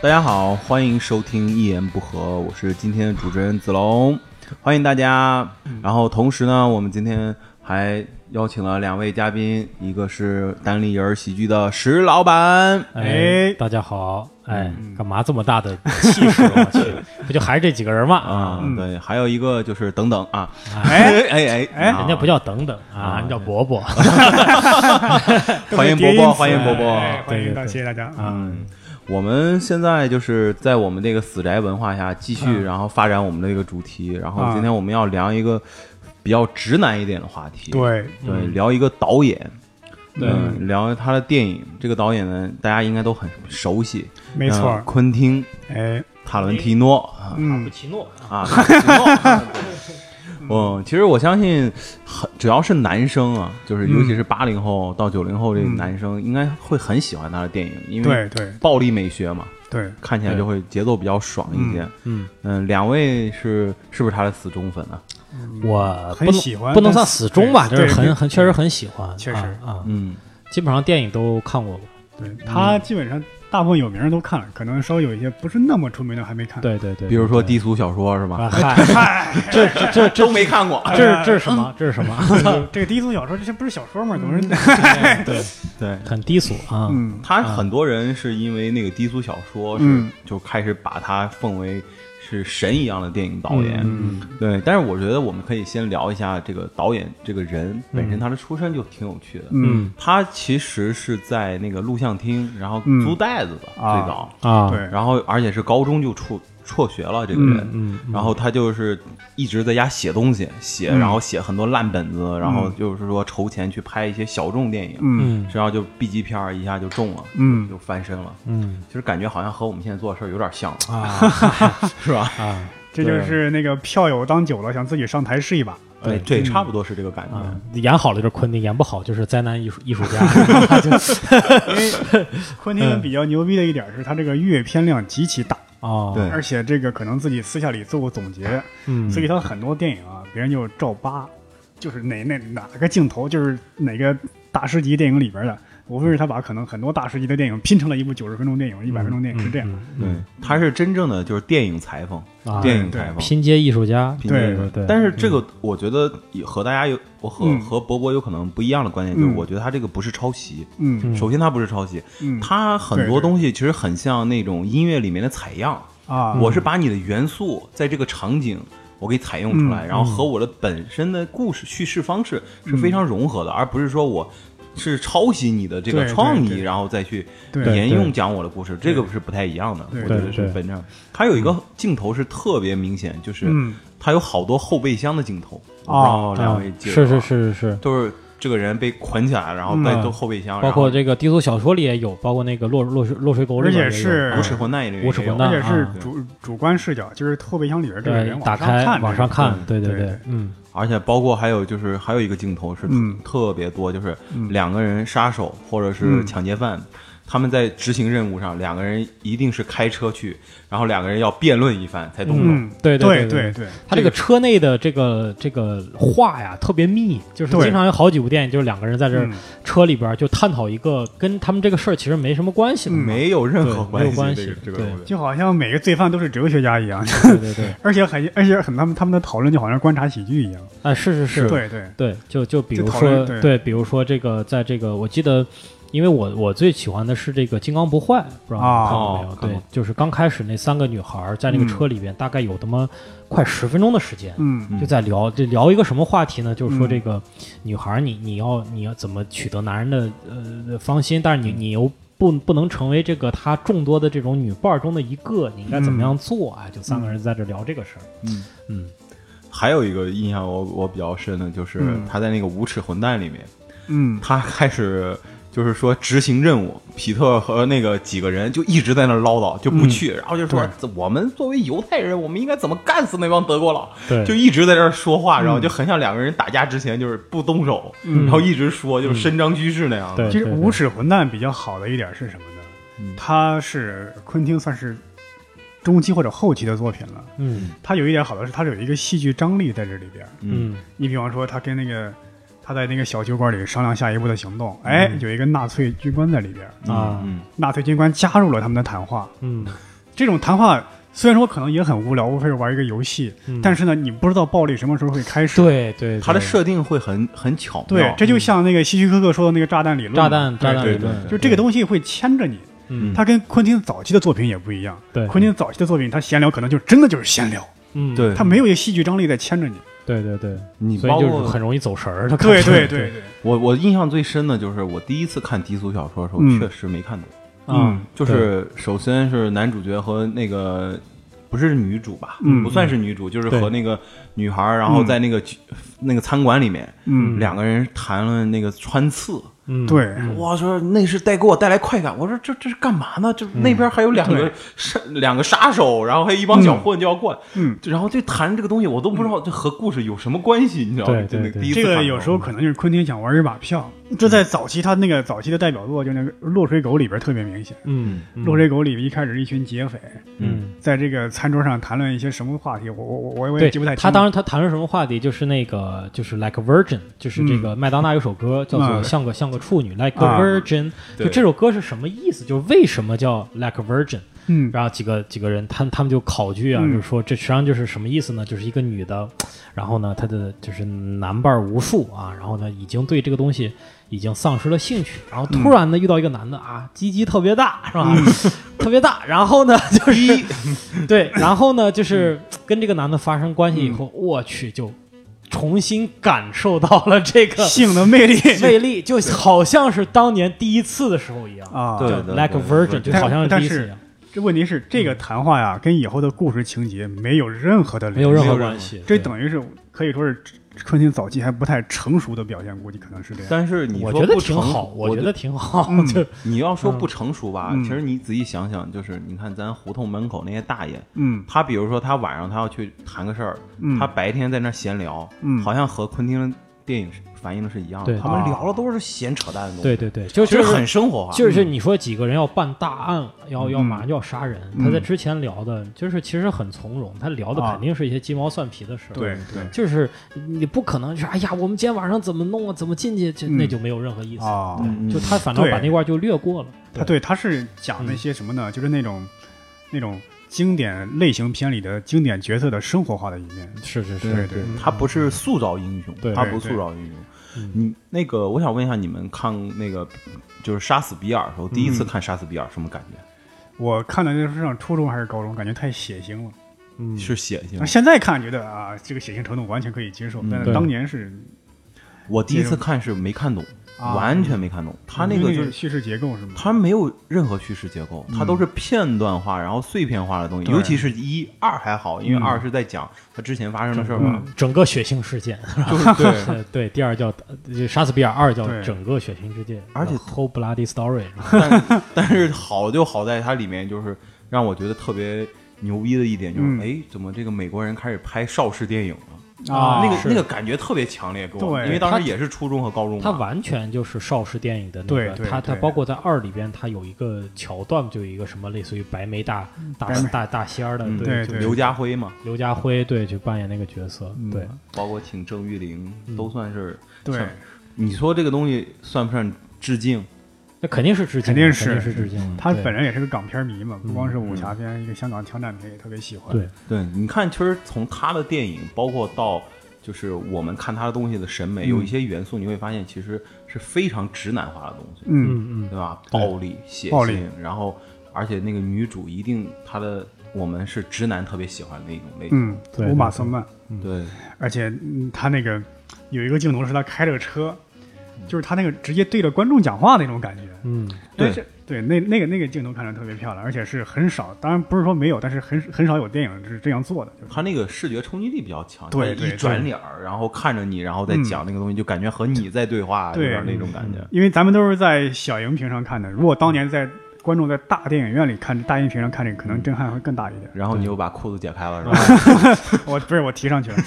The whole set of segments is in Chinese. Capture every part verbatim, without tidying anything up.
大家好，欢迎收听一言不合，我是今天的主持人子龙，欢迎大家。然后同时呢，我们今天还邀请了两位嘉宾，一个是单立人喜剧的石老板， 哎，大家好，哎，嗯、干嘛这么大的气势？我去，不就还是这几个人吗？ 啊、嗯，对，还有一个就是等等啊， 哎哎哎哎，人家不叫等等啊，人叫伯伯。 欢迎伯伯，欢迎伯伯， 哎、欢迎大家，谢谢大家。 嗯。我们现在就是在我们这个死宅文化下继续，嗯、然后发展我们的这个主题。然后今天我们要聊一个比较直男一点的话题， 对对，嗯、聊一个导演， 对、 嗯，聊他的电影。这个导演呢，大家应该都很熟悉， 没错， 呃、昆汀， 哎， 塔伦提诺， 嗯，塔布奇诺啊，塔布奇诺。嗯，其实我相信，很只要是男生啊，就是尤其是八零后到九零后这个男生，应该会很喜欢他的电影，因为对对暴力美学嘛， 对， 看起来就会节奏比较爽一些。 嗯嗯，两位是是不是他的死忠粉啊？ 我很喜欢， 不能算死忠吧，就是很很确实很喜欢， 确实啊， 嗯， 基本上电影都看过。 对他基本上大部分有名的都看了，可能稍微有一些不是那么出名的还没看。 对对对， 比如说低俗小说是吧？ 嗨，这这这都没看过。 这这是什么？这是什么？ 这个低俗小说，这些不是小说吗？怎么是？ 对对， 很低俗啊。 嗯， 他很多人是因为那个低俗小说是就开始把他奉为是神一样的电影导演， 嗯， 对。但是我觉得我们可以先聊一下这个导演这个人本身，他的出身就挺有趣的。 嗯， 他其实是在那个录像厅，然后租袋子的，最早啊， 对， 然后而且是高中就辍辍学了，这个人， 嗯， 然后他就是一直在家写东西，写，然后写很多烂本子，然后就是说筹钱去拍一些小众电影， 嗯， 然后就 B 级片一下就中了， 嗯， 就翻身了， 嗯， 其实感觉好像和我们现在做的事儿有点像啊， 是吧？ 啊， 这就是那个票友当久了，想自己上台试一把。 对，这差不多是这个感觉。 啊、演好了就是昆汀，演不好就是灾难艺术艺术家。 因为昆汀比较牛逼的一点是他这个阅片量极其大哦， 对， 而且这个可能自己私下里做过总结， 嗯， 所以他很多电影啊，别人就照扒，就是哪哪哪个镜头就是哪个大师级电影里边的。无非是他把可能很多大师级的电影拼成了一部九十分钟电影、一百分钟电影，是这样。 对，他是真正的就是电影裁缝，电影裁缝， 拼接艺术家。 对对。 但是这个我觉得和大家有我和和伯伯有可能不一样的观点，就是我觉得他这个不是抄袭。 嗯， 首先他不是抄袭，他很多东西其实很像那种音乐里面的采样啊。 我是把你的元素在这个场景我给采用出来，然后和我的本身的故事叙事方式是非常融合的，而不是说我。是抄袭你的这个创意，然后再去沿用讲我的故事，这个是不太一样的。我觉得是本质。它有一个镜头是特别明显，就是它有好多后备箱的镜头。 哦， 两位记得是是是是， 都是这个人被捆起来，然后在都后备箱。 包括这个低俗小说里也有，包括那个落落水落水狗里面也有，而且是无耻混蛋里无耻混蛋， 而且是主主观视角，就是后备箱里边这个人打开往上看，对对对，嗯。 而且包括还有就是还有一个镜头是特别多，就是两个人杀手或者是抢劫犯，他们在执行任务上，两个人一定是开车去，然后两个人要辩论一番才动手。 嗯， 对对对对， 他这个车内的这个这个话呀特别密，就是经常有好几部电影，就是两个人在这车里边就探讨一个跟他们这个事儿其实没什么关系的， 没有任何关系，没有关系， 这个对， 就好像每个罪犯都是哲学家一样。 对对对， 而且很而且很他们他们的讨论就好像观察喜剧一样。 啊，是是是， 对对对，就就比如说对，比如说这个在这个我记得。因为我我最喜欢的是这个《金刚不坏》，不知道你看过没有？ 哦、 对，就是刚开始那三个女孩在那个车里边，嗯、大概有他妈快十分钟的时间， 嗯， 就在聊，就聊一个什么话题呢？就是说这个女孩，你你要你要怎么取得男人的呃芳心，但是你你又不不能成为这个他众多的这种女伴中的一个，你应该怎么样做啊？就三个人在这聊这个事儿， 嗯嗯。 还有一个印象我我比较深的就是他在那个无耻混蛋里面， 嗯， 他开始。就是说执行任务，皮特和那个几个人就一直在那唠叨，就不去， 嗯、 然后就说我们作为犹太人，我们应该怎么干死那帮德国佬？ 对， 就一直在这儿说话，然后就很像两个人打架之前就是不动手， 嗯、 然后一直说，就是伸张趋势那样的。 其实《无耻混蛋》比较好的一点是什么呢？嗯、他是昆汀算是中期或者后期的作品了。 嗯， 他有一点好的是，他有一个戏剧张力在这里边。 嗯， 你比方说他跟那个。他在那个小酒馆里商量下一步的行动，哎，有一个纳粹军官在里边啊， 纳粹军官加入了他们的谈话， 嗯， 这种谈话虽然说可能也很无聊，无非是玩一个游戏， 嗯、 但是呢，你不知道暴力什么时候会开始。 对 对, 对， 它的设定会很很巧妙。 对，这就像那个希区柯克说的那个炸弹理论， 炸弹炸弹理论， 就这个东西会牵着你。 嗯， 他跟昆汀早期的作品也不一样。 对， 昆汀早期的作品，他闲聊可能就真的就是闲聊。 嗯， 对， 他没有一个戏剧张力在牵着你。 对对对， 你所以就是很容易走神儿的。 对对对对， 我我印象最深的就是我第一次看低俗小说的时候， 嗯、 确实没看懂。 嗯， 就是首先是男主角和那个不是女主吧， 嗯， 不算是女主，就是和那个女孩，然后在那个、嗯、那个餐馆里面， 嗯， 两个人谈了那个穿刺。 嗯， 对， 我说那是带给我带来快感。我说这这是干嘛呢？就那边还有两个杀、嗯、两个杀手，然后还有一帮小混就要过来， 嗯， 然后就谈这个东西，我都不知道这和故事有什么关系，你知道吗？ 对对对， 这个有时候可能就是昆汀想玩一把票。这在早期他那个早期的代表作就那个《落水狗》里边特别明显。 嗯， 《落水狗》里一开始一群劫匪， 嗯， 在这个餐桌上谈论一些什么话题，我我我我也记不太清。 他当时他谈论什么话题，就是那个就是 Like a Virgin， 就是这个麦当娜有首歌、嗯、叫做像个、嗯、像个处女 Like a Virgin，、啊、就这首歌是什么意思？就是为什么叫 Like a Virgin？ 嗯， 然后几个几个人，他他们就考据啊， 嗯、 就是说这实际上就是什么意思呢？就是一个女的，然后呢，她的就是男伴无数啊，然后呢，已经对这个东西已经丧失了兴趣，然后突然呢、嗯、遇到一个男的啊，鸡鸡特别大，是吧？嗯、特别大，然后呢就是对，然后呢就是跟这个男的发生关系以后，我、嗯、去就。重新感受到了这个性的魅力， 魅力就好像是当年第一次的时候一样啊， 对 ，like a virgin， 就好像是第一次一样。 这问题是这个谈话呀，跟以后的故事情节没有任何的没有任何关系， 这等于是可以说是昆汀早期还不太成熟的表现，估计可能是这样。 但是你说我觉得挺好，我觉得挺好。 嗯、 就你要说不成熟吧， 嗯、 其实你仔细想想，就是你看咱胡同门口那些大爷， 嗯， 他比如说他晚上他要去谈个事儿， 嗯， 他白天在那闲聊， 嗯， 好像和昆汀电影反映的是一样的，他们聊的都是闲扯淡的东西。 对对对，就是很生活化。 就是你说几个人要办大案，要要马上就要杀人， 嗯、 他在之前聊的，就是其实很从容，他聊的肯定是一些鸡毛蒜皮的事。 对对， 就是你不可能就是哎呀，我们今天晚上怎么弄啊，怎么进去，就那就没有任何意思。 啊， 就他反倒把那块就略过了。 他对他是讲那些什么呢？就是那种那种。经典类型片里的经典角色的生活化的一面， 是是是， 对对， 他不是塑造英雄， 对他不塑造英雄。你那个，我想问一下，你们看那个就是杀死比尔的时候，第一次看杀死比尔什么感觉？ 我看的那是上初中还是高中，感觉太血腥了， 嗯，是血腥。 现在看觉得啊，这个血腥程度完全可以接受，但是当年是， 我第一次看是没看懂。 啊、 完全没看懂，他那个就是叙事结构是吗？ 他没有任何叙事结构，他都是片段化，然后碎片化的东西。尤其是一二还好，因为二是在讲他之前发生的事儿嘛、 嗯，整个血腥事件， 就是对对。第二叫杀死比尔，二叫整个血腥事件， 而且 whole bloody story 但。但是好就好在它里面就是让我觉得特别牛逼的一点就是，哎、嗯，怎么这个美国人开始拍邵氏电影了？ 啊， 那个那个感觉特别强烈，给我，因为当时也是初中和高中嘛， 他完全就是邵氏电影的那个，他他包括在二里边，他有一个桥段，就有一个什么类似于白眉大大大大仙儿的， 嗯、 对对， 刘家辉嘛， 刘家辉对，去扮演那个角色， 嗯、 对， 包括请郑裕玲、 嗯、 都算是对。 你说这个东西算不算致敬？ 那肯定是致敬， 肯定是肯定是致敬。 他本人也是个港片迷嘛，不光是武侠片，一个香港枪战片也特别喜欢。 对对，你看，其实从他的电影，包括到。就是我们看他的东西的审美， 嗯、 有一些元素，你会发现其实是非常直男化的东西， 嗯嗯， 对吧？暴力、血腥，然后而且那个女主一定她的我们是直男特别喜欢的那种类型， 嗯，对，乌玛瑟曼， 对， 而且、嗯、他那个有一个镜头是他开着车，就是他那个直接对着观众讲话那种感觉， 嗯， 对。对，那那个那个镜头看着特别漂亮，而且是很少，当然不是说没有，但是很很少有电影是这样做的。就是、 他那个视觉冲击力比较强， 对， 一转脸然后看着你，然后再讲那个东西，嗯、就感觉和你在对话， 对， 有点那种感觉。 因为咱们都是在小荧屏上看的，如果当年在观众在大电影院里看大荧屏上看这个，可能震撼会更大一点。 然后你又把裤子解开了，是吧？ 我不是我提上去了。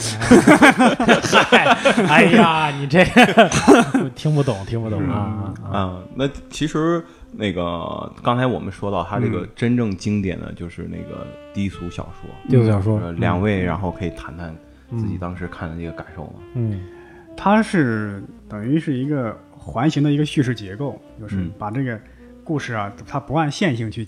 哎呀，你这个听不懂，听不懂啊！ 嗯，嗯那其实。那个刚才我们说到他这个真正经典的就是那个低俗小说， 低俗小说， 两位然后可以谈谈自己当时看的这个感受吗？ 嗯， 它是等于是一个环形的一个叙事结构，就是把这个故事啊，它不按线性去讲，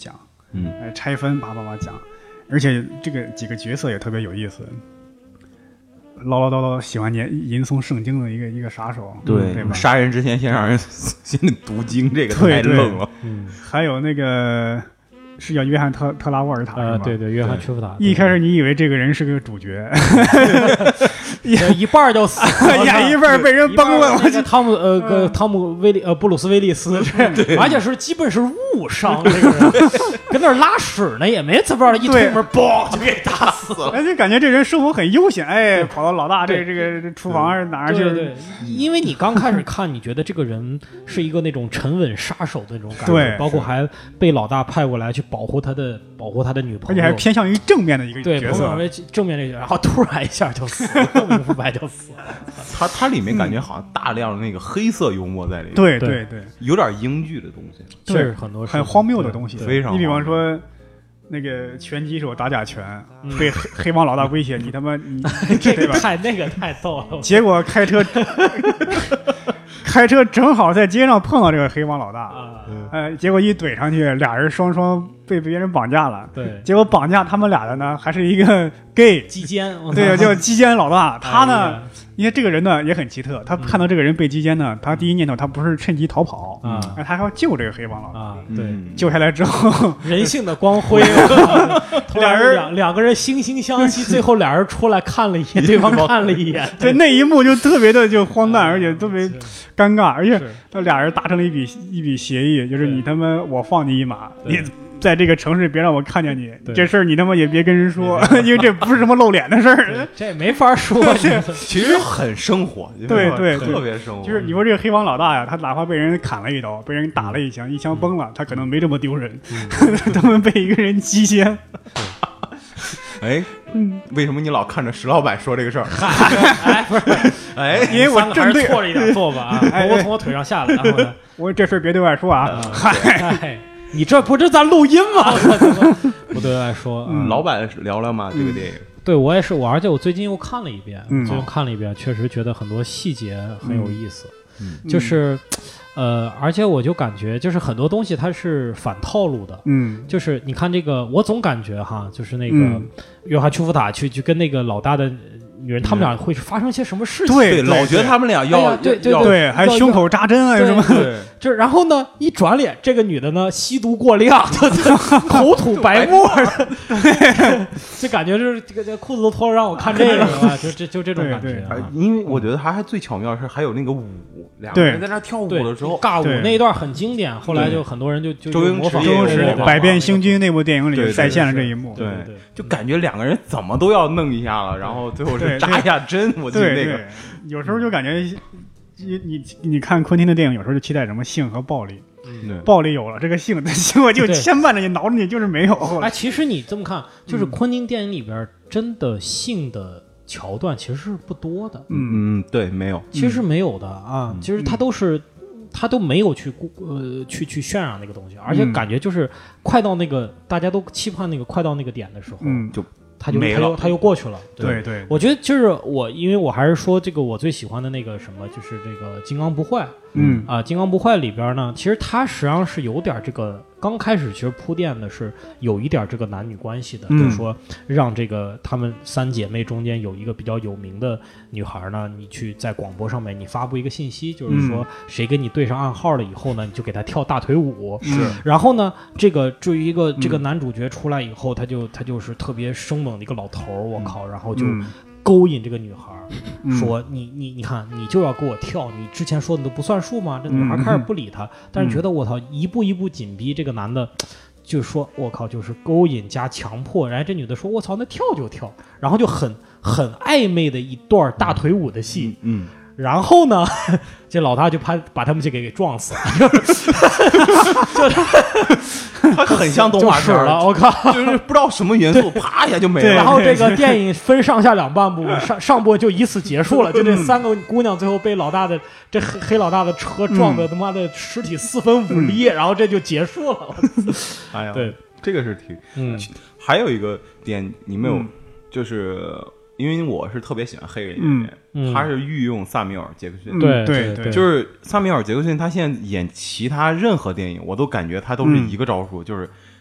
嗯， 哎，拆分叭叭叭讲，而且这个几个角色也特别有意思。唠唠叨叨喜欢念吟诵圣经的一个一个杀手， 对对吧？ 杀人之前先让人先读经，这个太对对愣了。 嗯， 还有那个是叫约翰特特拉沃尔塔呃， 是吧？ 对对，约翰屈服塔。 一开始你以为这个人是个主角， 对一半就死了， 演一半被人崩了，我那个汤姆呃个汤姆威利呃布鲁斯威利斯，这而且是基本是误伤，这个人跟那儿拉屎呢，也没怎么着，一推门嘣就给打死了。 而且感觉这人生活很悠闲，哎，跑到老大这这个这厨房哪儿去？ 对对，因为你刚开始看，你觉得这个人是一个那种沉稳杀手的那种感觉， 对， 包括还被老大派过来去保护他的保护他的女朋友， 而且还偏向于正面的一个对角色， 对，正面这个，然后突然一下就死了，不明不白就死了。 他他里面感觉好像大量的那个黑色幽默在里面， 对对对， 有点英剧的东西， 是很多很荒谬的东西， 非常。 你比方说。那个拳击手打假拳，嗯、被黑黑帮老大威胁，你他妈你这个太那个太逗了。 结果开车开车正好在街上碰到这个黑帮老大， 啊、 呃，结果一怼上去，俩人双双被别人绑架了。 对， 结果绑架他们俩的呢，还是一个 gay 鸡奸， 对，叫鸡奸老大。他呢？ 哎因为这个人呢也很奇特，他看到这个人被击奸呢，嗯、他第一念头他不是趁机逃跑啊， 嗯、他还要救这个黑帮老大啊。对， 嗯、 救下来之后， 人性的光辉，俩人两两个人惺惺相惜，最后俩人出来看了一眼，对方看了一眼， 对那一幕就特别的就荒诞，而且特别尴尬，而且俩人达成了一笔一笔协议，就是你他妈我放你一马，你。在这个城市别让我看见你，这事儿你他妈也别跟人说，因为这不是什么露脸的事儿， 这没法说。 其实很生活， 对对， 特别生活。 就是你说这个黑帮老大呀，他哪怕被人砍了一刀，被人打了一枪，一枪崩了，他可能没这么丢人。他们被一个人击奸。 哎，为什么你老看着石老板说这个事儿？ 哎，不是， 哎， 因为我正对错着一点做吧啊，我从我腿上下来，然后呢， 我这事儿别对外说啊。嗨。 你这不是咱录音吗？不对外说， 嗯、老板聊聊嘛、嗯、这个电影。 对我也是，我而且我最近又看了一遍， 嗯、 最近看了一遍，确实觉得很多细节很有意思。 嗯、 就是，呃，而且我就感觉，就是很多东西它是反套路的。 嗯， 就是你看这个，我总感觉哈，就是那个约翰屈服塔去去跟那个老大的。女人，他们俩会发生些什么事情？ 对， 老觉得他们俩要、 哎、对对对对，还胸口扎针啊什么？ 对， 就然后呢，一转脸，这个女的呢吸毒过量，口吐白沫，对，就感觉就是这个这裤子都脱了，让我看这个啊，就这就这种感觉、啊。 因为我觉得还还最巧妙的是还有那个舞，两个人在那跳舞的时候， 尬舞那一段很经典，后来就很多人就就周星驰周星驰《百变星君》那部电影里再现了这一幕， 对，就感觉两个人怎么都要弄一下了，然后最后是扎一下针，我记得那个， 有时候就感觉你你你看昆汀的电影，有时候就期待什么性和暴力。 嗯、 暴力有了，这个性的性我就牵绊着你，挠着你，就是没有。 哎，其实你这么看，就是昆汀电影里边真的性的桥段其实是不多的。 嗯嗯，对，没有， 其实是没有的啊。 嗯、 其实他都是，他都没有去呃去去渲染那个东西，而且感觉就是快到那个、嗯、大家都期盼那个快到那个点的时候， 嗯， 就。他就他又他又过去了， 对 对, 对， 我觉得就是我，因为我还是说这个我最喜欢的那个什么，就是这个《金刚不坏》， 嗯啊，《金刚不坏》里边呢，其实它实际上是有点这个，刚开始其实铺垫的是有一点这个男女关系的， 嗯、 就是说让这个她们三姐妹中间有一个比较有名的女孩呢，你去在广播上面你发布一个信息，就是说谁跟你对上暗号了以后呢，你就给他跳大腿舞， 是， 然后呢，这个至于一个这个男主角出来以后，他就他就是特别生猛的一个老头儿，我靠，然后就勾引这个女孩， 嗯、 说你你你看，你就要给我跳，你之前说的都不算数吗？这女孩开始不理他， 嗯、 但是觉得我操，一步一步紧逼这个男的。就说我靠，就是勾引加强迫，然后这女的说我操，那跳就跳，然后就很很暧昧的一段大腿舞的戏， 嗯，嗯然后呢，这老大就怕把他们就给给撞死了，就是他很像动画片了，我靠， 就是不知道什么元素，啪一下就没了。 然后这个电影分上下两半部，上上部就以此结束了，就这三个姑娘最后被老大的这黑黑老大的车撞的他妈的尸体四分五裂， 嗯、 然后这就结束了。 哎呀， 对， 这个是挺， 嗯， 还有一个点你没有， 嗯、 就是因为我是特别喜欢黑人演员， 嗯、 他是御用萨米尔·杰克逊， 对对对， 就是萨米尔·杰克逊，他现在演其他任何电影，我都感觉他都是一个招数， 嗯、 就是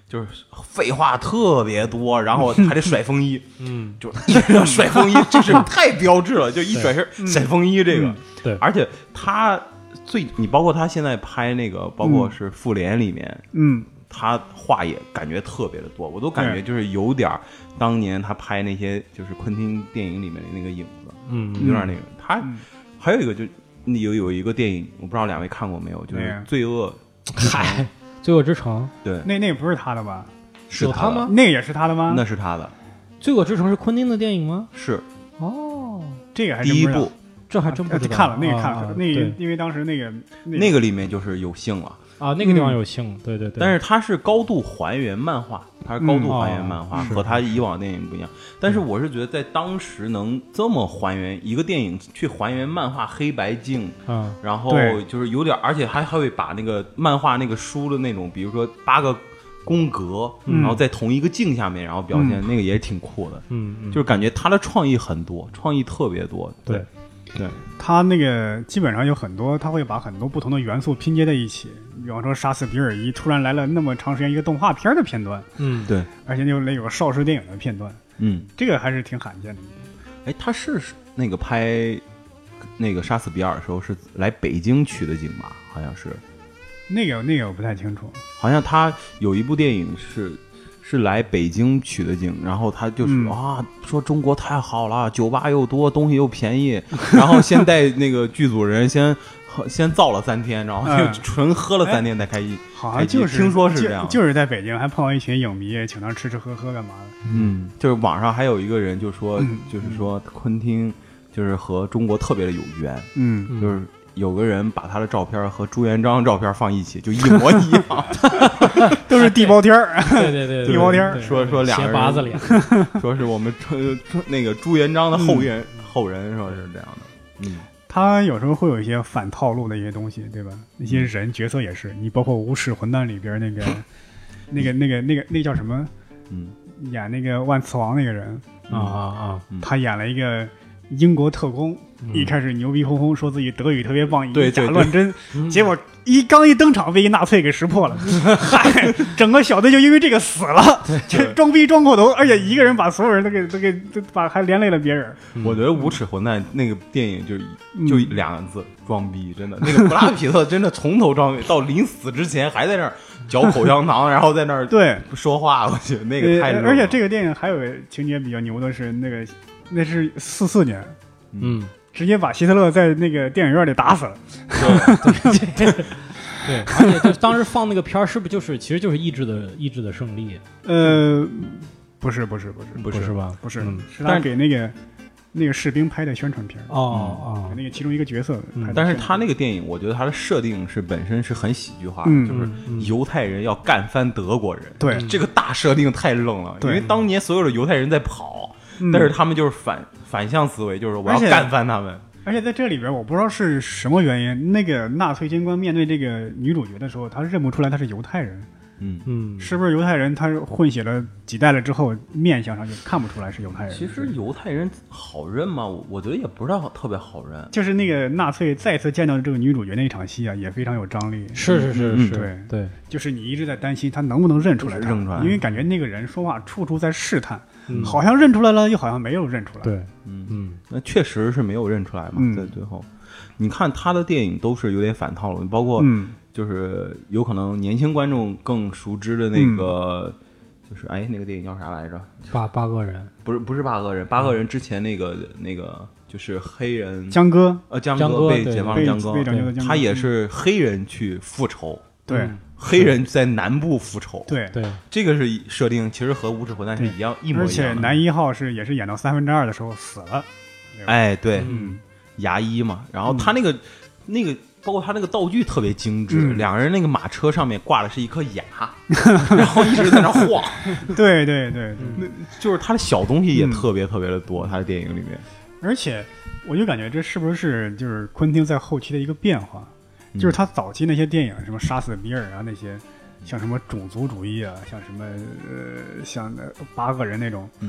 就是废话特别多，然后还得甩风衣， 嗯， 就一直要甩风衣，这是太标志了，就一甩身甩风衣这个， 嗯、 对， 而且他最你包括他现在拍那个，包括是复联里面， 嗯， 他话也感觉特别的多，我都感觉就是有点当年他拍那些就是昆汀电影里面的那个影子， 嗯， 有点那个。他、 嗯、 还有一个就有有一个电影，我不知道两位看过没有，就是《罪恶》。 嗨，罪恶之城， 对， 那那不是他的吧？ 是他吗？ 那个也是他的吗？ 那是他的。 罪恶之城是昆汀的电影吗？ 是。 哦， 这个还第一部， 这还真不知道。 看了那个看了， 啊、 那个因为当时那个那个、那个里面就是有性了啊，那个地方有性，嗯、对对对。 但是它是高度还原漫画，它是高度还原漫画， 嗯、 和它以往电影不一样。但是我是觉得在当时能这么还原一个电影，去还原漫画黑白镜， 嗯， 然后就是有点，而且还还会把那个漫画那个书的那种，比如说八个宫格， 嗯、 然后在同一个镜下面，然后表现、嗯、那个也挺酷的。 嗯，嗯就是感觉他的创意很多，创意特别多。对。对对，他那个基本上有很多，他会把很多不同的元素拼接在一起。比方说，杀死比尔一突然来了那么长时间一个动画片的片段， 嗯，对， 而且有有个邵氏电影的片段， 嗯， 这个还是挺罕见的。 哎，他是那个拍那个杀死比尔的时候是来北京取的景吧？好像是， 那个那个我不太清楚。 好像他有一部电影是。是来北京取的景，然后他就是、嗯、啊，说中国太好了，酒吧又多，东西又便宜，然后先带那个剧组人先先造了三天，然后就纯喝了三天才开机、嗯。 好像就是听说是这样就，就是在北京还碰到一群影迷，请他吃吃喝喝干嘛的。 嗯，就是网上还有一个人就说，嗯、就是说昆汀就是和中国特别的有缘， 嗯， 就是。有个人把他的照片和朱元璋照片放一起，就一模一样， 都是地包天儿。 对对对， 地包天儿。 说说两个人， 八字脸， 说是我们那个朱元璋的后人、嗯、后人，说是这样的。嗯， 他有时候会有一些反套路的一些东西，对吧？那些人角色也是，你包括《无耻混蛋》里边那个、那个、那个、那个、那个叫什么？ 嗯， 演那个万磁王那个人啊啊啊！ 他演了一个英国特工。 嗯、 一开始牛逼哄哄说自己德语特别棒， 以假乱真，结果一刚一登场被一纳粹给识破了，嗨，整个小队就因为这个死了，就装逼装过头，而且一个人把所有人都给都给都把还连累了别人。 嗯、我觉得无耻混蛋那个电影就就两个字、嗯、装逼，真的那个布拉皮特真的从头装逼到临死之前还在那儿嚼口香糖，然后在那儿对说话，我觉得那个太、呃。 而且这个电影还有个情节比较牛的是，那个那是四四年， 嗯。 直接把希特勒在那个电影院里打死了。 对对对，对，而且就当时放那个片儿，是不是就是其实就是意志的意志的胜利？ 呃，不是不是不是不是吧？ 不是， 嗯、 是他给那个那个士兵拍的宣传片。 哦哦、 嗯，给那个其中一个角色拍的、 嗯。但是他那个电影，我觉得他的设定是本身是很喜剧化的， 嗯、 就是犹太人要干翻德国人。 对、 嗯，这个大设定太愣了，因为当年所有的犹太人在跑， 嗯、 但是他们就是反。反向思维，就是我要干翻他们。 而且在这里边，我不知道是什么原因，那个纳粹军官面对这个女主角的时候，他认不出来他是犹太人。 嗯嗯， 是不是犹太人？他混血了几代了之后，面相上就看不出来是犹太人。 其实犹太人好认吗？我我觉得也不是特别好认。 就是那个纳粹再次见到这个女主角那一场戏啊，也非常有张力。 是是是是， 对、 嗯、对， 就是你一直在担心他能不能认出来他， 认出来， 因为感觉那个人说话处处在试探。 嗯、 好像认出来了，又好像没有认出来。 对， 嗯嗯，那确实是没有认出来嘛， 嗯、 在最后，你看他的电影都是有点反套路，包括就是有可能年轻观众更熟知的那个，嗯、就是哎那个电影叫啥来着？ 八八个人， 不是不是八个人，八个人之前那个那个就是黑人江歌， 呃江歌被解放江歌，他也是黑人去复仇， 对。 嗯黑人在南部复仇， 对对， 这个是设定，其实和无耻混蛋是一样一模一样的。 而且男一号是也是演到三分之二的时候死了， 哎，对， 嗯， 牙医嘛，然后他那个、嗯、那个包括他那个道具特别精致， 嗯、 两个人那个马车上面挂的是一颗牙，然后一直在那晃， 对对对， 那就是他的小东西也特别特别的多，嗯、他的电影里面， 而且我就感觉这是不是就是昆汀在后期的一个变化？就是他早期那些电影，什么杀死比尔啊，那些像什么种族主义啊，像什么呃，像八个人那种， 嗯，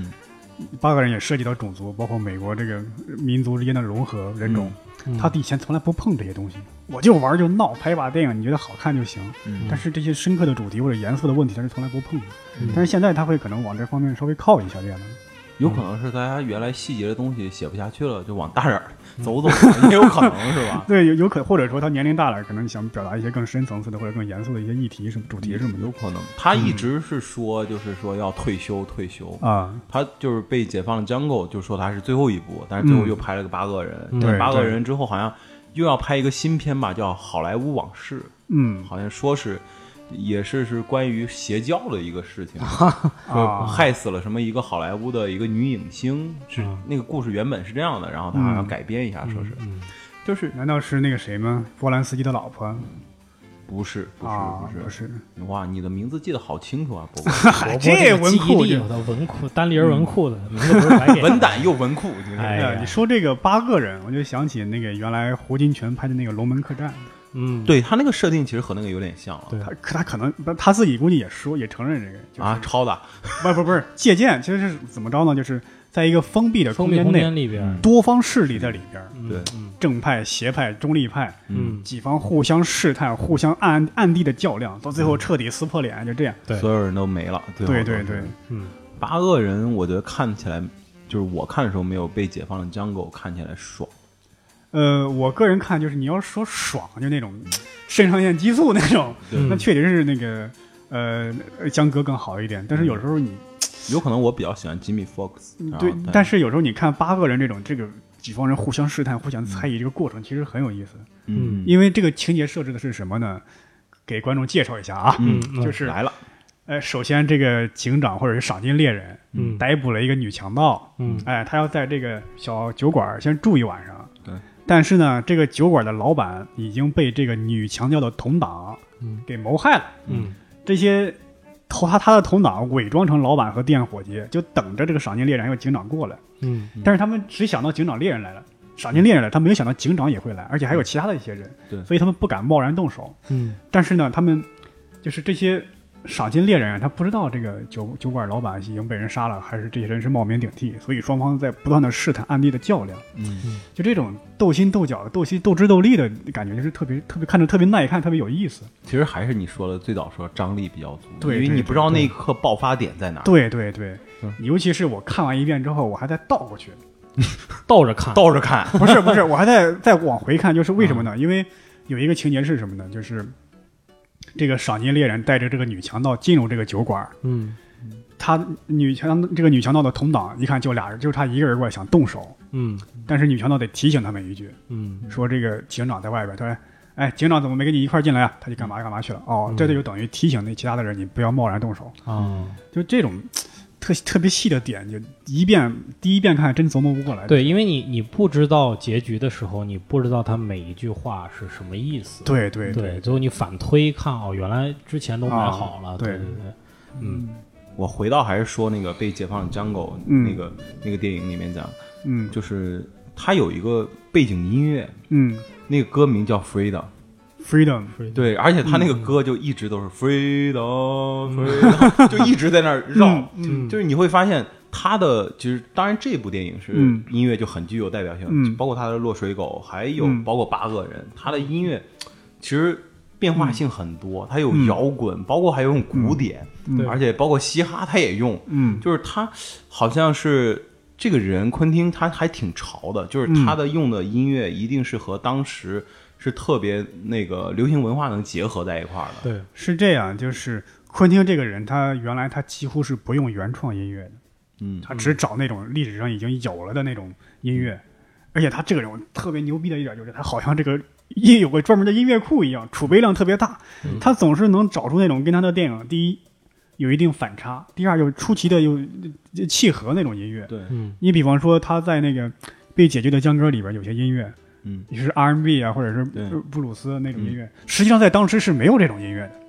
八个人也涉及到种族，包括美国这个民族之间的融合人种。 嗯、 他以前从来不碰这些东西，我就玩就闹，拍一把电影，你觉得好看就行。 嗯、 但是这些深刻的主题或者严肃的问题，他是从来不碰的。 嗯、 但是现在他会可能往这方面稍微靠一下，这样的。 有可能是大家原来细节的东西写不下去了，就往大点儿走走，也有可能是吧？ 对，有有可或者说他年龄大了，可能想表达一些更深层次的或者更严肃的一些议题什么主题什么的。 有可能他一直是说，就是说要退休退休啊、 嗯。他就是被解放的 Jungle 就说他是最后一部，但是最后又拍了个八个人， 嗯、 但八个人之后好像又要拍一个新片吧，叫《好莱坞往事》。 嗯， 好像说是。也是是关于邪教的一个事情， 啊， 害死了什么一个好莱坞的一个女影星，是那个故事原本是这样的，然后他好像改编一下，说是，就是难道是那个谁吗？波兰斯基的老婆？ 不是，不是，不是， 不是。 哇，你的名字记得好清楚啊，伯伯， 这文库有的文库，单立人文库的名字不是白给， 文胆又文库。 哎，你说这个八个人，我就想起那个原来胡金铨拍的那个《龙门客栈》。 嗯， 对他那个设定其实和那个有点像了。 对，他他可能他自己估计也说也承认这个、就是、 啊，抄的， 不不不是借鉴，其实是怎么着呢？就是在一个封闭的空间内， 里边多方势力在里边， 对、 嗯，正派、邪派、中立派， 嗯， 几方互相试探、互相暗暗地的较量，到最后彻底撕破脸，就这样， 对， 所有人都没了。 对对对， 嗯， 八个人，我觉得看起来就是我看的时候没有被解放的 Jungle 看起来爽。 呃，我个人看就是你要说爽，就那种肾上腺激素那种，那确实是那个呃江哥更好一点。但是有时候你有可能我比较喜欢 Jimmy Fox， 对，但是有时候你看八个人这种这个几方人互相试探、互相猜疑这个过程，其实很有意思。 嗯， 因为这个情节设置的是什么呢？给观众介绍一下啊， 嗯， 就是来了。 呃，首先这个警长或者是赏金猎人， 嗯， 逮捕了一个女强盗， 嗯， 哎，他要在这个小酒馆先住一晚上， 对。 但是呢，这个酒馆的老板已经被这个女强盗的同党给谋害了。 嗯， 这些投他他的同党伪装成老板和店伙计，就等着这个赏金猎人还有警长过来。 嗯， 但是他们只想到警长猎人来了，赏金猎人来了，他没有想到警长也会来，而且还有其他的一些人。 对， 所以他们不敢贸然动手。 嗯， 但是呢，他们就是这些赏金猎人，他不知道这个酒酒馆老板已经被人杀了，还是这些人是冒名顶替，所以双方在不断的试探、暗地的较量。 嗯， 就这种斗心斗角、斗心斗智斗力的感觉，就是特别特别看着特别耐看，特别有意思。 其实还是你说的最早说张力比较足， 对， 因为你不知道那一刻爆发点在哪。 对对对， 嗯、 尤其是我看完一遍之后，我还在倒过去， 倒着看， 倒着看， 不是不是，我还在再往回看，就是为什么呢？嗯、因为有一个情节是什么呢？就是这个赏金猎人带着这个女强盗进入这个酒馆， 嗯， 他女强这个女强盗的同党一看就俩人，就差一个人过来想动手， 嗯， 但是女强盗得提醒他们一句， 嗯， 说这个警长在外边，他说，哎，警长怎么没跟你一块进来啊？他就干嘛干嘛去了。哦，这就等于提醒那其他的人，你不要贸然动手啊、哦。 就这种特特别细的点，就一遍第一遍看真琢磨不过来。 对，因为你你不知道结局的时候，你不知道他每一句话是什么意思。 对对对，最后你反推看哦，原来之前都买好了。 啊、 对对对对，嗯。 我回到还是说那个被解放的 Jungle、嗯、那个那个电影里面讲， 嗯， 就是它有一个背景音乐， 嗯， 那个歌名叫 Freedom。 Freedom， 对，而且他那个歌就一直都是 Freedom，Freedom，、嗯、就一直在那儿绕， 嗯嗯、 就是你会发现他的，其实当然这部电影是音乐就很具有代表性， 嗯、 包括他的《落水狗》，还有包括八个人，他的音乐其实变化性很多，它有摇滚， 嗯、 包括还有用古典， 嗯、 而且包括嘻哈他也用， 嗯， 就是他好像是。这个人昆汀他还挺潮的，就是他的用的音乐一定是和当时是特别那个流行文化能结合在一块儿的。 对， 是这样，就是昆汀这个人，他原来他几乎是不用原创音乐的， 嗯， 他只找那种历史上已经有了的那种音乐，嗯、而且他这个人特别牛逼的一点就是他好像这个也有个专门的音乐库一样，储备量特别大， 嗯、 他总是能找出那种跟他的电影第一。有一定反差，第二有出奇的有契合那种音乐。 对， 嗯， 你比方说他在那个被解决的江歌里边有些音乐， 嗯， 也是 R and B 啊，或者是布鲁斯那种音乐，实际上在当时是没有这种音乐的。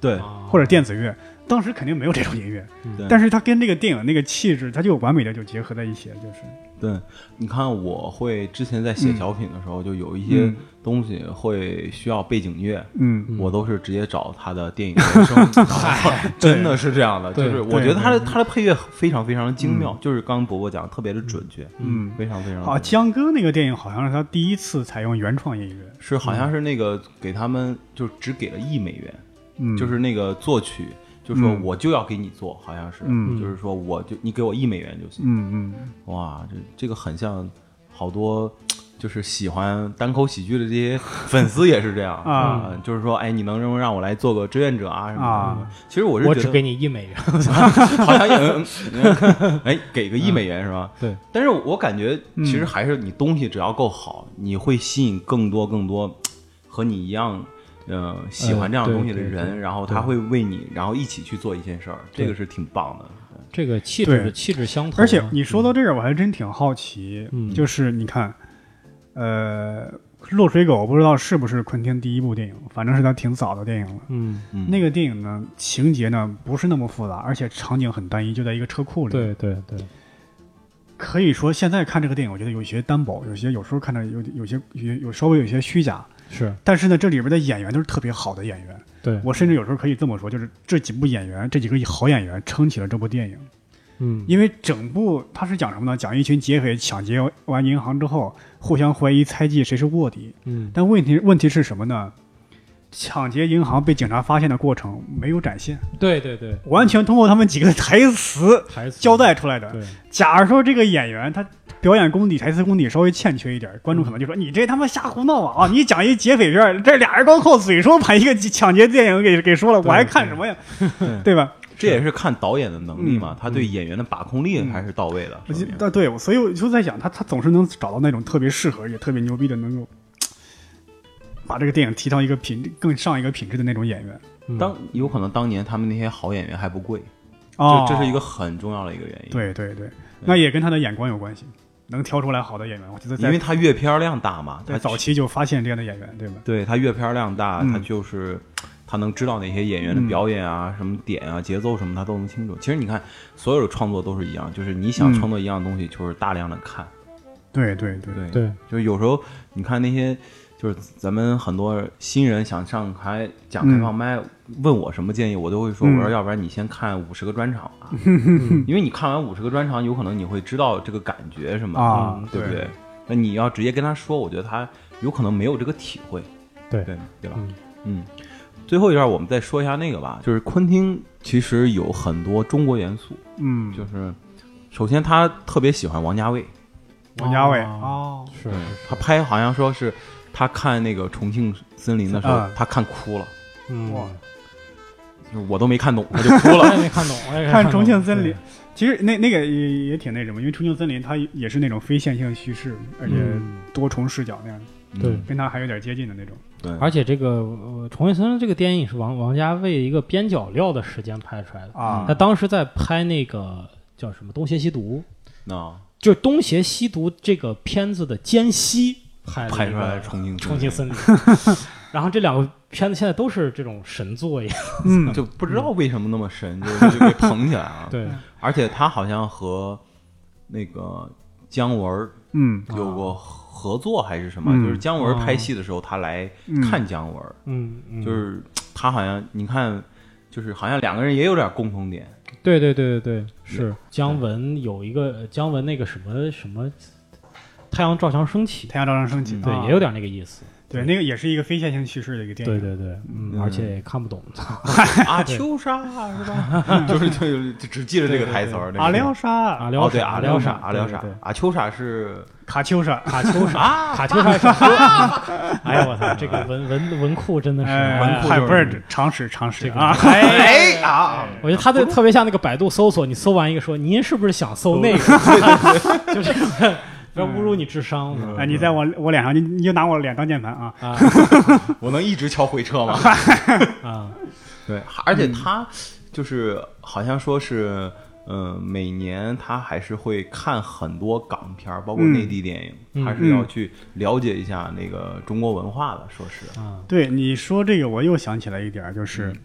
对， 或者电子乐，当时肯定没有这种音乐， 对， 但是它跟这个电影那个气质，它就完美的就结合在一起了，就是。 对，你看我会之前在写小品的时候，嗯、就有一些东西会需要背景乐， 嗯， 我都是直接找他的电影原声，真的是这样的，就是我觉得他的他的配乐非常非常的精妙，就是刚刚伯伯讲特别的准确， 嗯， 非常非常好。江歌那个电影好像是他第一次采用原创音乐， 是好像是那个给他们就只给了一美元， 嗯， 就是那个作曲。就说我就要给你做，好像是， 嗯， 就是说我就你给我一美元就行， 嗯嗯， 哇，这这个很像好多就是喜欢单口喜剧的这些粉丝也是这样啊，就是说，哎，你能不能让我来做个志愿者啊什么的？ 啊、 其实我是觉得我只给你一美元， 好像也，哎，给个一美元是吧？ 对， 但是我感觉其实还是你东西只要够好，你会吸引更多更多和你一样。呃，喜欢这样东西的人， 呃、对对对然后他会为你，然后一起去做一件事儿，这个是挺棒的。 这个气质气质相同。 而且你说到这儿，我还真挺好奇， 嗯、 就是你看，呃，《落水狗》不知道是不是昆汀第一部电影，反正是他挺早的电影了。 嗯， 那个电影呢，情节呢不是那么复杂，而且场景很单一，就在一个车库里。 对对对。 可以说，现在看这个电影，我觉得有些单薄，有些有时候看着有有些有有稍微有些虚假。 是， 但是呢，这里边的演员都是特别好的演员。 对， 我甚至有时候可以这么说，就是这几部演员，这几个好演员撑起了这部电影。 嗯， 因为整部它是讲什么呢？讲一群劫匪抢劫完银行之后，互相怀疑猜忌谁是卧底。 嗯， 但问题问题是什么呢？抢劫银行被警察发现的过程没有展现。 对对对， 完全通过他们几个的台词台词交代出来的。 对， 假如说这个演员他表演功底、台词功底稍微欠缺一点，观众可能就说：“你这他妈瞎胡闹啊！你讲一劫匪片，这俩人光靠嘴说把一个抢劫电影给给说了，我还看什么呀？对吧？” 这也是看导演的能力嘛，他对演员的把控力还是到位的。 嗯、对，所以我就在想，他他总是能找到那种特别适合也特别牛逼的，能够把这个电影提到一个品更上一个品质的那种演员。 当有可能当年他们那些好演员还不贵， 哦， 这是一个很重要的一个原因。 对对对，那也跟他的眼光有关系。能挑出来好的演员，我觉得因为他阅片量大嘛， 在早期就发现这样的演员，对吧？ 对，他阅片量大， 嗯、 他就是他能知道哪些演员的表演啊、嗯、什么点啊、节奏什么，他都能清楚。其实你看，所有的创作都是一样，就是你想创作一样东西，就是大量的看。 嗯、对对对对对， 就是有时候你看那些。就是咱们很多新人想上台讲开放麦，嗯、问我什么建议，我都会说， 嗯、 我说要不然你先看五十个专场吧，嗯、因为你看完五十个专场，有可能你会知道这个感觉什么， 啊嗯、对不对？那你要直接跟他说，我觉得他有可能没有这个体会， 对对对吧？ 嗯, 嗯。最后一段我们再说一下那个吧，就是昆汀其实有很多中国元素， 嗯， 就是首先他特别喜欢王家卫， 王家卫哦，是他拍好像说是。他看那个重庆森林的时候， 啊、 他看哭了， 嗯， 哇，就是我都没看懂，他就哭了， 我也没看懂，我也看重庆森林，其实那那个也也挺那什么，因为重庆森林它也是那种非线性叙事，而且多重视角那样， 嗯、对， 跟他还有点接近的那种。 对， 而且这个、呃、重庆森林这个电影是王王家卫一个边角料的时间拍出来的啊， 他当时在拍那个叫什么《东邪西毒》， 啊， 就是《东邪西毒》这个片子的间隙。拍拍出来重庆重庆森林，然后这两个片子现在都是这种神作一样， 嗯， 就不知道为什么那么神，嗯、就就给捧起来了。 对， 而且他好像和那个姜文嗯有过合作还是什么， 嗯、 就是姜文拍戏的时候他来看姜文， 嗯，嗯就是他好像你看，就是好像两个人也有点共同点。 对对对对对，是姜文有一个姜文那个什么什么。太阳照常升起， 太阳照常升起， 嗯、对， 啊、 也有点那个意思。 对，那个也是一个非线性叙事的一个电影。 对对对，嗯，而且也看不懂。 阿秋莎是吧？就是就就只记得这个台词儿。 阿廖沙， 阿廖对阿廖沙，阿廖沙， 阿秋莎是卡秋莎， 卡秋莎，卡秋莎是。哎呀，我操，这个文文文库真的是文库，不是常识常识啊！ 哎啊， 我觉得他的特别像那个百度搜索，你搜完一个说您是不是想搜那个？就这个。不要侮辱你智商！ 哎、嗯，你在我我脸上，你你就拿我脸当键盘啊！ 啊， 我能一直敲回车吗？ 啊， 对，而且他就是好像说是，嗯、呃，每年他还是会看很多港片，包括内地电影， 嗯、 还是要去了解一下那个中国文化的。说是啊， 对你说这个，我又想起来一点，就是。嗯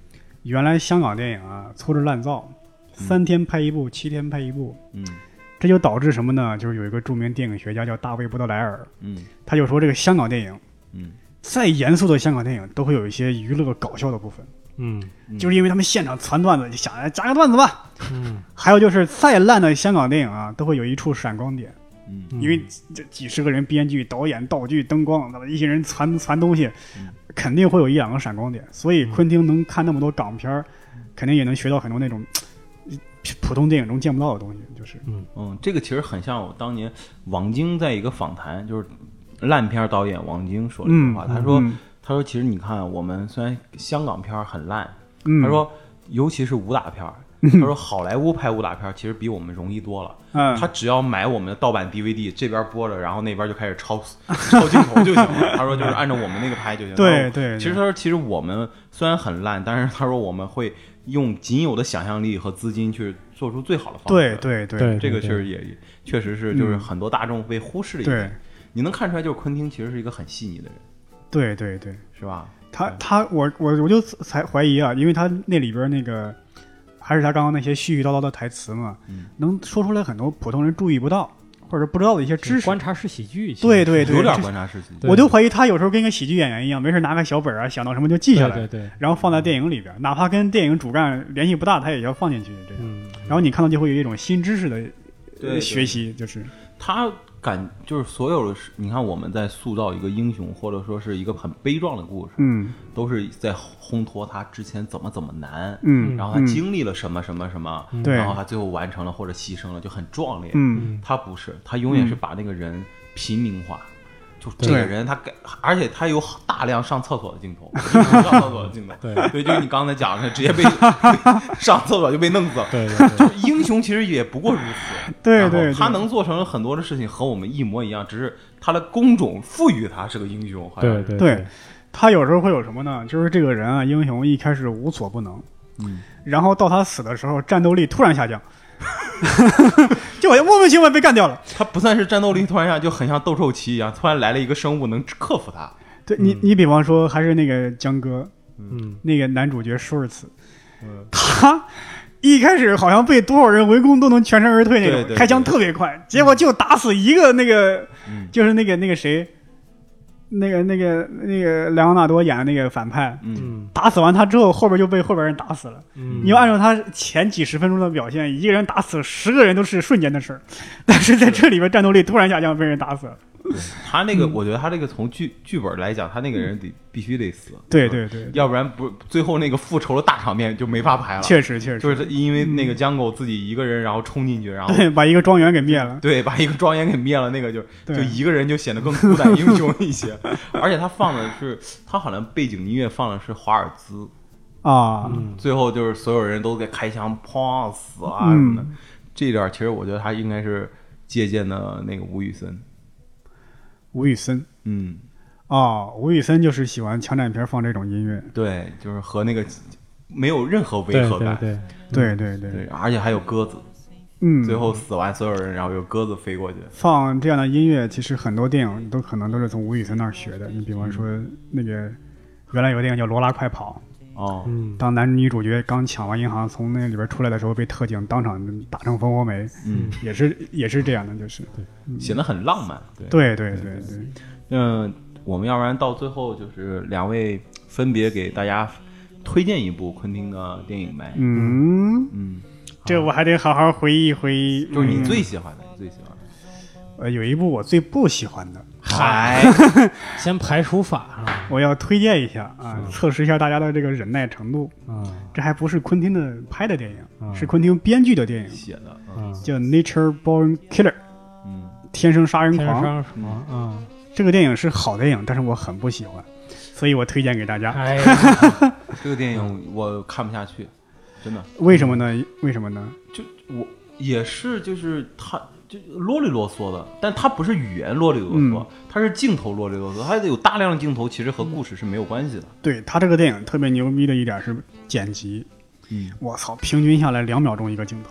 原来香港电影啊粗制滥造，三天拍一部，七天拍一部， 嗯， 这就导致什么呢？就是有一个著名电影学家叫大卫·布德莱尔， 嗯， 他就说这个香港电影， 嗯， 再严肃的香港电影都会有一些娱乐搞笑的部分， 嗯， 就是因为他们现场传段子，就想加个段子吧， 嗯， 还有就是再烂的香港电影啊，都会有一处闪光点。 嗯， 因为这几十个人，编剧、导演、道具、灯光，一些人传传东西， 嗯、 肯定会有一两个闪光点。所以昆汀能看那么多港片，嗯、肯定也能学到很多那种普通电影中见不到的东西。就是， 嗯嗯，这个其实很像我当年王晶在一个访谈，就是烂片导演王晶说了一句话， 嗯、 他说、 嗯：“ 他说其实你看，我们虽然香港片很烂， 嗯、 他说尤其是武打片。”他说好莱坞拍武打片其实比我们容易多了， 嗯， 他只要买我们的盗版 D V D， 这边播着，然后那边就开始抄抄镜头就行了。他说就是按照我们那个拍就行了。 对 对, 对。 其实他说其实我们虽然很烂，但是他说我们会用仅有的想象力和资金去做出最好的方式。 对对 对, 对， 这个确实也确实是就是很多大众被忽视的一点。你能看出来，就是昆汀其实是一个很细腻的人。 对对对， 是吧？ 他他我我我就才怀疑啊，因为他那里边那个。还是他刚刚那些絮絮叨叨的台词嘛， 嗯、 能说出来很多普通人注意不到或者不知道的一些知识。 观察式喜剧， 对对对， 有点观察式喜剧。 我就怀疑他有时候跟个喜剧演员一样，没事拿个小本啊，想到什么就记下来， 对对对， 然后放在电影里边，哪怕跟电影主干联系不大，他也要放进去这样。 嗯， 然后你看到就会有一种新知识的对学习，就是他感就是所有的，你看我们在塑造一个英雄，或者说是一个很悲壮的故事， 嗯， 都是在烘托他之前怎么怎么难， 嗯， 然后他经历了什么什么什么， 嗯、 然后他最后完成了或者牺牲了，就很壮烈。 嗯， 他不是，他永远是把那个人平民化。嗯就这个人他，而且他有大量上厕所的镜头，上厕所的镜头， 对对，就是你刚才讲的，直接被上厕所就被弄死了。 对对对， 就是英雄其实也不过如此。 对 对, 对， 他能做成很多的事情和我们一模一样，只是他的工种赋予他是个英雄。好像对对对，他有时候会有什么呢？就是这个人啊，英雄一开始无所不能， 嗯， 然后到他死的时候，战斗力突然下降。就我莫名其妙被干掉了。 他不算是战斗力突然下，就很像斗兽棋一样，突然来了一个生物能克服他。 对你，嗯、你比方说还是那个江哥， 嗯， 那个男主角舒尔茨，嗯，他一开始好像被多少人围攻都能全身而退那种， 对对对， 开枪特别快，结果就打死一个那个， 嗯、 就是那个那个谁。那个、那个、那个莱昂纳多演的那个反派， 嗯， 打死完他之后，后边就被后边人打死了。 嗯， 你要按照他前几十分钟的表现，一个人打死十个人都是瞬间的事儿，但是在这里边战斗力突然下降，被人打死了。 对他那个、嗯，我觉得他这个从剧剧本来讲，他那个人得、嗯、必须得死。 对对 对, 对， 要不然不最后那个复仇的大场面就没法拍了。 确实确实， 就是因为那个江狗自己一个人，然后冲进去，然后对把一个庄园给灭了。 对，把一个庄园给灭了，那个就就一个人就显得更孤胆英雄一些。而且他放的是，他好像背景音乐放的是华尔兹啊、 嗯，最后就是所有人都给开枪砰死啊什么的。嗯、这一点其实我觉得他应该是借鉴的那个吴宇森。 吴宇森， 嗯， 哦，吴宇森就是喜欢枪战片放这种音乐， 对，就是和那个没有任何违和感， 对对对 对, 对, 对，而且还有鸽子， 嗯， 最后死完所有人，然后有鸽子飞过去。 放这样的音乐，其实很多电影都可能都是从吴宇森那儿学的。你比方说那个原来有个电影叫《罗拉快跑》。 哦， 嗯， 当男女主角刚抢完银行从那里边出来的时候，被特警当场打成蜂窝煤， 嗯， 也是也是这样的，就是对， 嗯、 显得很浪漫， 对对对对对。 嗯，我们要不然到最后就是两位分别给大家推荐一部昆汀的电影呗。 嗯嗯， 这我还得好好回忆回忆。 就是你最喜欢的，你最喜欢的。 呃，有一部我最不喜欢的， 嗨， 先排除法啊， 我要推荐一下啊，测试一下大家的这个忍耐程度啊。 这还不是昆汀的拍的电影， 啊、 是昆汀编剧的电影写的， 啊、 叫《Nature Born Killer》， 嗯， 天生杀人狂。 天生杀人狂啊、 嗯！这个电影是好电影，但是我很不喜欢，所以我推荐给大家。 哎， 这个电影我看不下去，真的。 为什么呢？为什么呢？ 就我也是，就是他。就啰里啰嗦的，但它不是语言啰里啰嗦，嗯、它是镜头啰里啰嗦，它有大量的镜头，其实和故事是没有关系的。 对，它这个电影特别牛逼的一点是剪辑， 嗯， 我操，平均下来两秒钟一个镜头，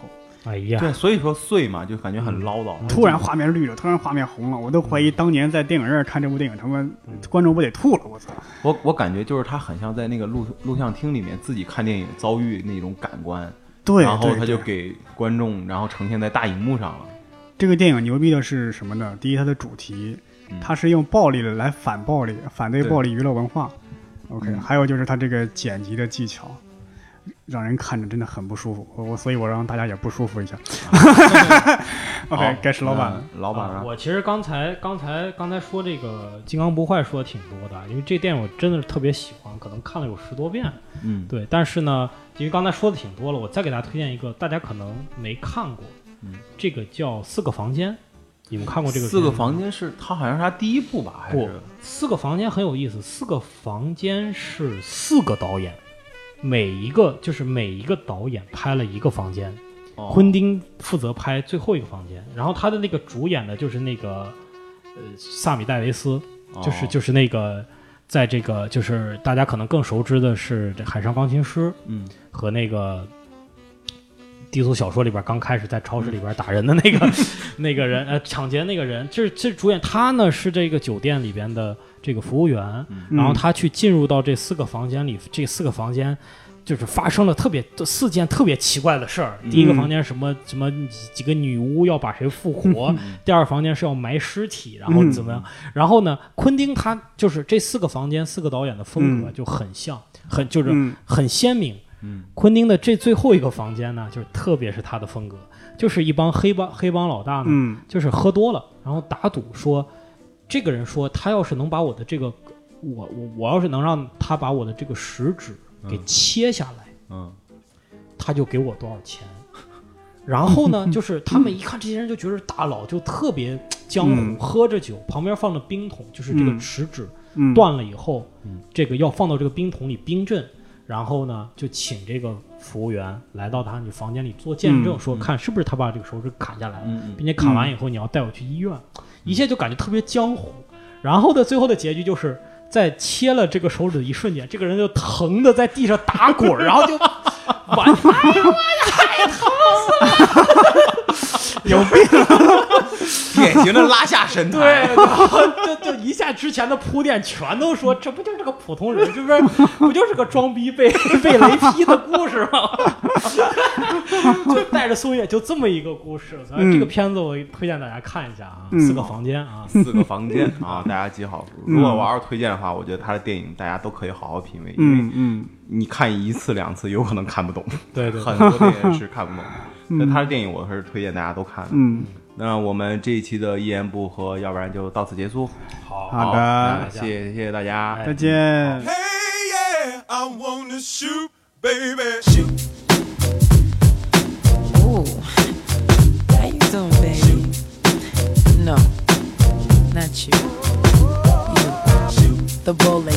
哎呀， 对，所以说碎嘛，就感觉很唠叨。 突然画面绿了，突然画面红了，我都怀疑当年在电影院看这部电影，他们观众不得吐了，我操！ 我我感觉就是他很像在那个录录像厅里面自己看电影遭遇那种感官， 对， 然后他就给观众，然后呈现在大荧幕上了。 这个电影牛逼的是什么呢？第一，它的主题，它是用暴力来反暴力，反对暴力娱乐文化。OK，、嗯、还有就是它这个剪辑的技巧。让人看着真的很不舒服，我所以，我让大家也不舒服一下。OK， 该是老板了， 嗯、老板了、 啊。我其实刚才刚才刚才说这个《金刚不坏》说的挺多的，因为这电影我真的是特别喜欢，可能看了有十多遍。 嗯， 对。但是呢，因为刚才说的挺多了，我再给大家推荐一个，大家可能没看过。 嗯，这个叫《四个房间》，你们看过这个？ 四个房间是它好像是他第一部吧？还是不？四个房间很有意思，四个房间是四个导演。每一个就是每一个导演拍了一个房间，哦、昆汀负责拍最后一个房间，然后他的那个主演的就是那个呃萨米戴维斯， 哦、 就是就是那个在这个就是大家可能更熟知的是这《海上钢琴师》， 嗯， 和那个低俗小说里边刚开始在超市里边打人的那个、嗯、那个人呃抢劫那个人，这这主演他呢是这个酒店里边的这个服务员， 嗯、 然后他去进入到这四个房间里，这四个房间就是发生了特别四件特别奇怪的事儿。 嗯、 第一个房间什么什么几个女巫要把谁复活，嗯、第二个房间是要埋尸体，然后怎么样？嗯、然后呢，昆汀他就是这四个房间四个导演的风格就很像，嗯、很就是很鲜明。 嗯， 昆汀的这最后一个房间呢，就是特别是他的风格，就是一帮黑帮黑帮老大呢， 嗯、 就是喝多了，然后打赌说，这个人说他要是能把我的这个，我我我要是能让他把我的这个食指给切下来， 嗯， 他就给我多少钱。然后呢，就是他们一看这些人就觉得大佬，就特别江湖， 嗯、 喝着酒，旁边放着冰桶，就是这个食指嗯、 断了以后， 嗯、 这个要放到这个冰桶里冰镇。然后呢，就请这个服务员来到他你房间里做见证， 嗯、 说看是不是他把这个手指砍下来了， 嗯、 并且砍完以后你要带我去医院，嗯、一切就感觉特别江湖。然后的最后的结局就是在切了这个手指的一瞬间，这个人就疼的在地上打滚，然后就完，哎呀妈呀，太疼死了， 有病。 典型的拉下神坛。 对，然后就就一下之前的铺垫全都说，这不就是个普通人，就是不就是个装逼被被雷劈的故事吗？就带着松叶，就这么一个故事。所以这个片子我推荐大家看一下啊， 嗯、 四个房间啊， 四个房间啊，大家记好。如果我要是推荐的话，我觉得他的电影大家都可以好好品味，因为嗯， 你看一次两次有可能看不懂， 对对， 很多电影是看不懂。那他的电影我是推荐大家都看的。 嗯。 那我们这一期的一言不合，要不然就到此结束。 好， 好的， 谢谢谢谢大家， 再见。 Hey yeah, I wanna shoot, baby, shoot. Ooh, how you doing, baby? No, not you. You, the bullet.